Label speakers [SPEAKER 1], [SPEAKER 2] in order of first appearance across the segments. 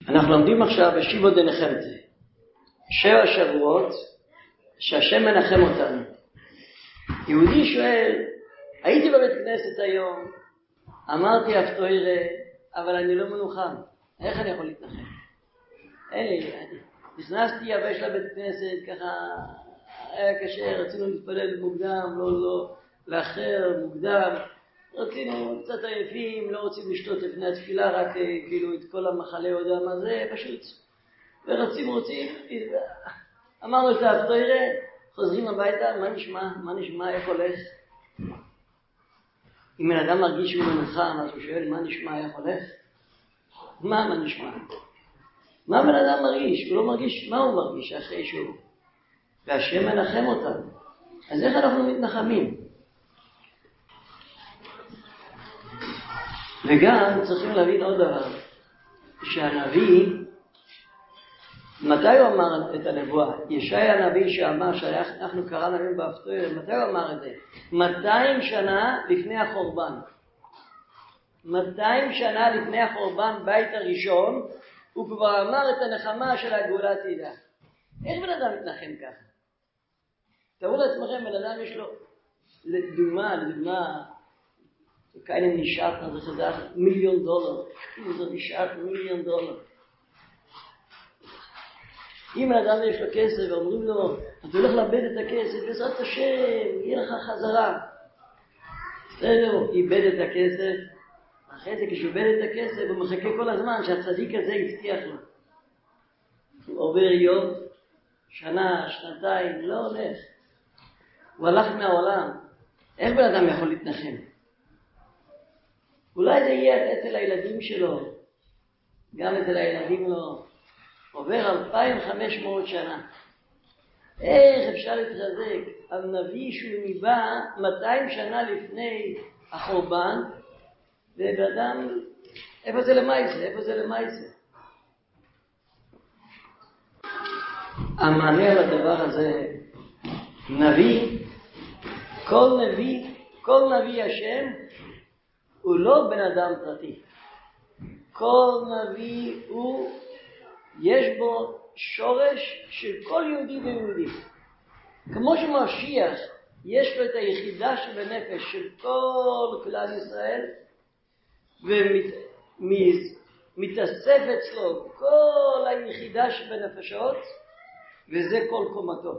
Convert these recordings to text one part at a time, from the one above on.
[SPEAKER 1] אנחנו לומדים עכשיו בשיבו דנחמתי, 7 שבועות שהשם מנחם אותנו. יהודי שואל, הייתי בבית כנסת היום, אמרתי הפטוירה, אבל אני לא מנוחם, איך אני יכול להתנחם? נכנסתי יבש לבית כנסת, ככה היה קשה, רצינו להתפלל מוקדם, לא לאחר מוקדם, רצינו קצת עייפים, לא רוצים לשתות לפני התפילה, רק כאילו את כל המחלה יודע מה זה, פשוט. רוצים, אמרנו את הפטוירה, חוזרים הביתה, מה נשמע, איך הולך? אם בן אדם מרגיש שהוא מנחם, אז הוא שואל, מה נשמע, איך הולך? מה נשמע? מה בן אדם מרגיש? הוא לא מרגיש, מה הוא מרגיש אחרי שהוא? והשם מנחם אותנו. אז איך אנחנו מתנחמים? וגם צריכים להבין עוד דבר, שהנביא, מתי הוא אמר את הנבואה? ישעיה הנביא שאמר, שאנחנו קראנו להם בהפטוירה, מתי הוא אמר את זה? 200 שנה לפני החורבן. 200 שנה לפני החורבן, בית הראשון, הוא כבר אמר את הנחמה של הגאולה העתידה. איך בן אדם מתנחם ככה? תראו לעצמכם, בן אדם יש לו, לדוגמה, כאלה נשארת, זה חזק, $1,000,000. זה נשארת $1,000,000. אם האדם יש לו כסף ואומרים לו, אתה הולך לאבד את הכסף, בעזרת השם, יהיה לך חזרה. בסדר, הוא איבד את הכסף, אחרי זה כשהוא איבד את הכסף, הוא מחכה כל הזמן שהצדיק הזה יצליח לו. הוא עובר יום, שנה, שנתיים, לא הולך. הוא הלך מהעולם. איך בן אדם יכול להתנחם? אולי זה יהיה אצל הילדים שלו, גם אצל הילדים לא. עובר 2,500 שנה. איך אפשר להתחזק על נביא שהוא ניבא 200 שנה לפני החורבן, ובאדם, איפה זה למעשה? המענה על הדבר הזה, כל נביא השם, הוא לא בן אדם פרטי. כל נביא יש בו שורש של כל יהודי ויהודי. כמו שמשיח יש לו את היחידה שבנפש של כל כלל ישראל, ומתאסף אצלו כל היחידה שבנפשות, וזה כל קומתו.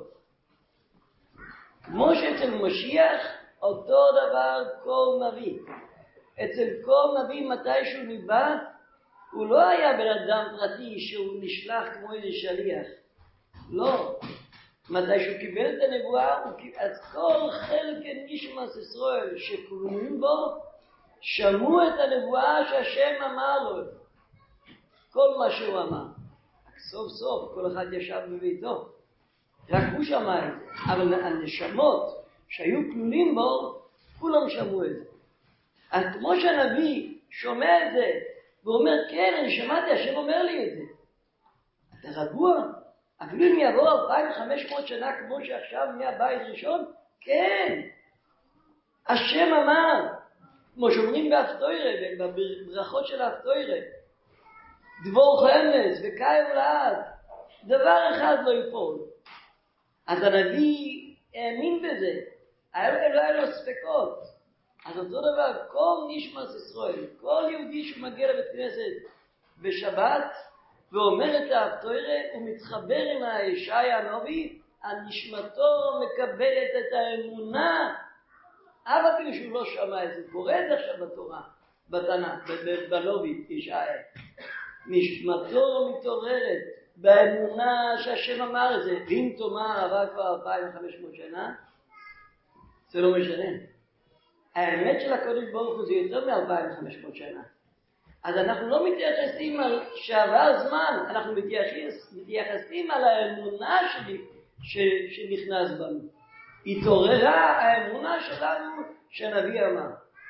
[SPEAKER 1] כמו שאצל משיח, אותו דבר כל נביא. אצל כל נביא מתישהו ניבא, הוא לא היה בן אדם פרטי שהוא נשלח כמו איזה שליח. לא. מתי שהוא קיבל את הנבואה, אז כל חלק נשמת ישראל שכלולים בו, שמעו את הנבואה שהשם אמר לו. כל מה שהוא אמר. סוף סוף כל אחד ישב בביתו. רק הוא שמע את זה. אבל הנשמות שהיו כלולים בו, כולם שמעו את זה. אז כמו שהנביא שומע את זה, והוא אומר, כן, אני שמעתי, השם אומר לי את זה. אתה רגוע? אפילו אם יבוא 2,500 שנה כמו שעכשיו מהבית ראשון? כן. השם אמר, כמו שאומרים בהפטוירה, בברכות של ההפטוירה, דבור חמץ וקיים לעד, דבר אחד לא יפול. אז הנביא האמין בזה, לא היה לו ספקות. אז אותו דבר, כל נשמת ישראל, כל יהודי שמגיע לבית כנסת בשבת ואומר את ההפטוירה, הוא מתחבר עם ישעיה הנביא, הנשמתו מקבלת את האמונה, אבל אפילו שהוא לא שמע את זה, קורא את זה עכשיו בתורה, בתנ"ך, בנביא ישעיה. נשמתו מתעוררת באמונה שהשם אמר את זה, ואם תאמר עבר כבר 2,500 שנה, זה לא משנה. האמת של הקודש ברוך הוא זה יותר מ-2,500 שנה. אז אנחנו לא מתייחסים על שעבר זמן, אנחנו מתייחסים על האמונה שנכנס בנו. התעוררה האמונה שלנו שנביא אמר.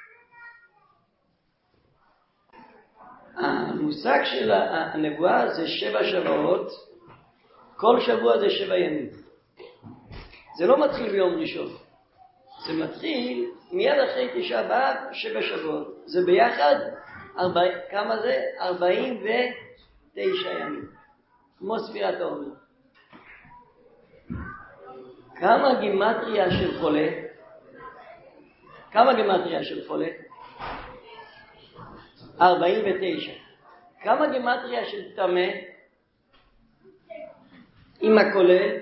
[SPEAKER 1] המושג של הנבואה זה 7 שבועות, כל שבוע זה 7 ימים. זה לא מתחיל ביום ראשון. זה מתחיל מיד אחרי 9 באב, 7 שבועות. זה ביחד, כמה זה? 42 ימים, כמו ספירת העומר. כמה גימטריה של חולה? כמה גימטריה של חולה? 49. כמה גימטריה של טמא? עם הכולל?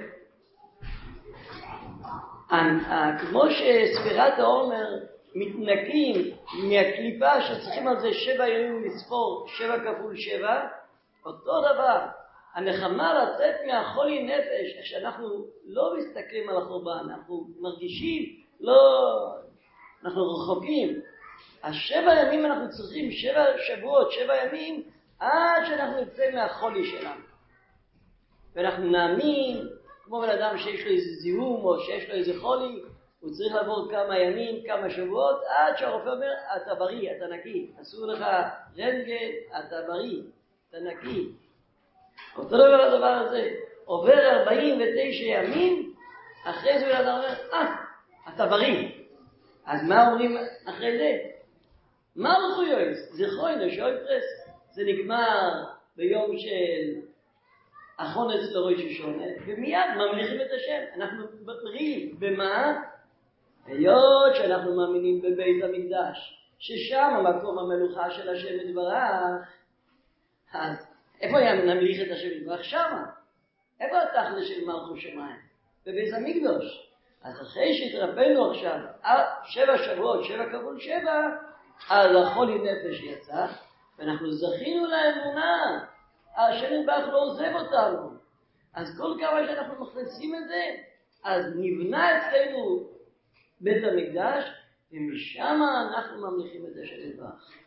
[SPEAKER 1] כמו שספירת העומר מתנקים מהקליפה שצריכים על זה 7 ימים לספור, 7 כפול 7, אותו דבר. הנחמה לצאת מהחולי נפש, איך שאנחנו לא מסתכלים על החורבן, אנחנו מרגישים, אנחנו רחוקים. 7 ימים אנחנו צריכים, 7 שבועות, 7 ימים, עד שאנחנו נצא מהחולי שלנו. ואנחנו נאמין, כמו בן אדם שיש לו איזה זיהום או שיש לו איזה חולי, הוא צריך לעבור כמה ימים, כמה שבועות, עד שהרופא אומר, אתה בריא, אתה נקי. עשו לך רנטגן, אתה בריא, אתה נקי. אותו דבר הדבר הזה, עובר 49 ימים, אחרי זה בן אדם אומר, אתה בריא. אז מה אומרים אחרי זה? מה רחויוס? זה חוינה, שוי פרס. זה נגמר ביום של החונץ לראש השונה, ומיד ממליכים את השם. אנחנו בריאים. במה? היות שאנחנו מאמינים בבית המקדש, ששם המקום המלוכה של השם יתברך, אז איפה נמליך את השם יתברך? שמה. איפה התכלס של מלכות שמיים? בבית המקדש. אז אחרי שהתרפאנו עכשיו 7 שבועות, 7 כפול 7, אז החולי נפש יצא, ואנחנו זכינו לאמונה. השם יתברך לא עוזב אותנו. אז כל כמה שאנחנו מכניסים את זה, אז נבנה אצלנו בית המקדש, ומשם אנחנו ממליכים את השם יתברך.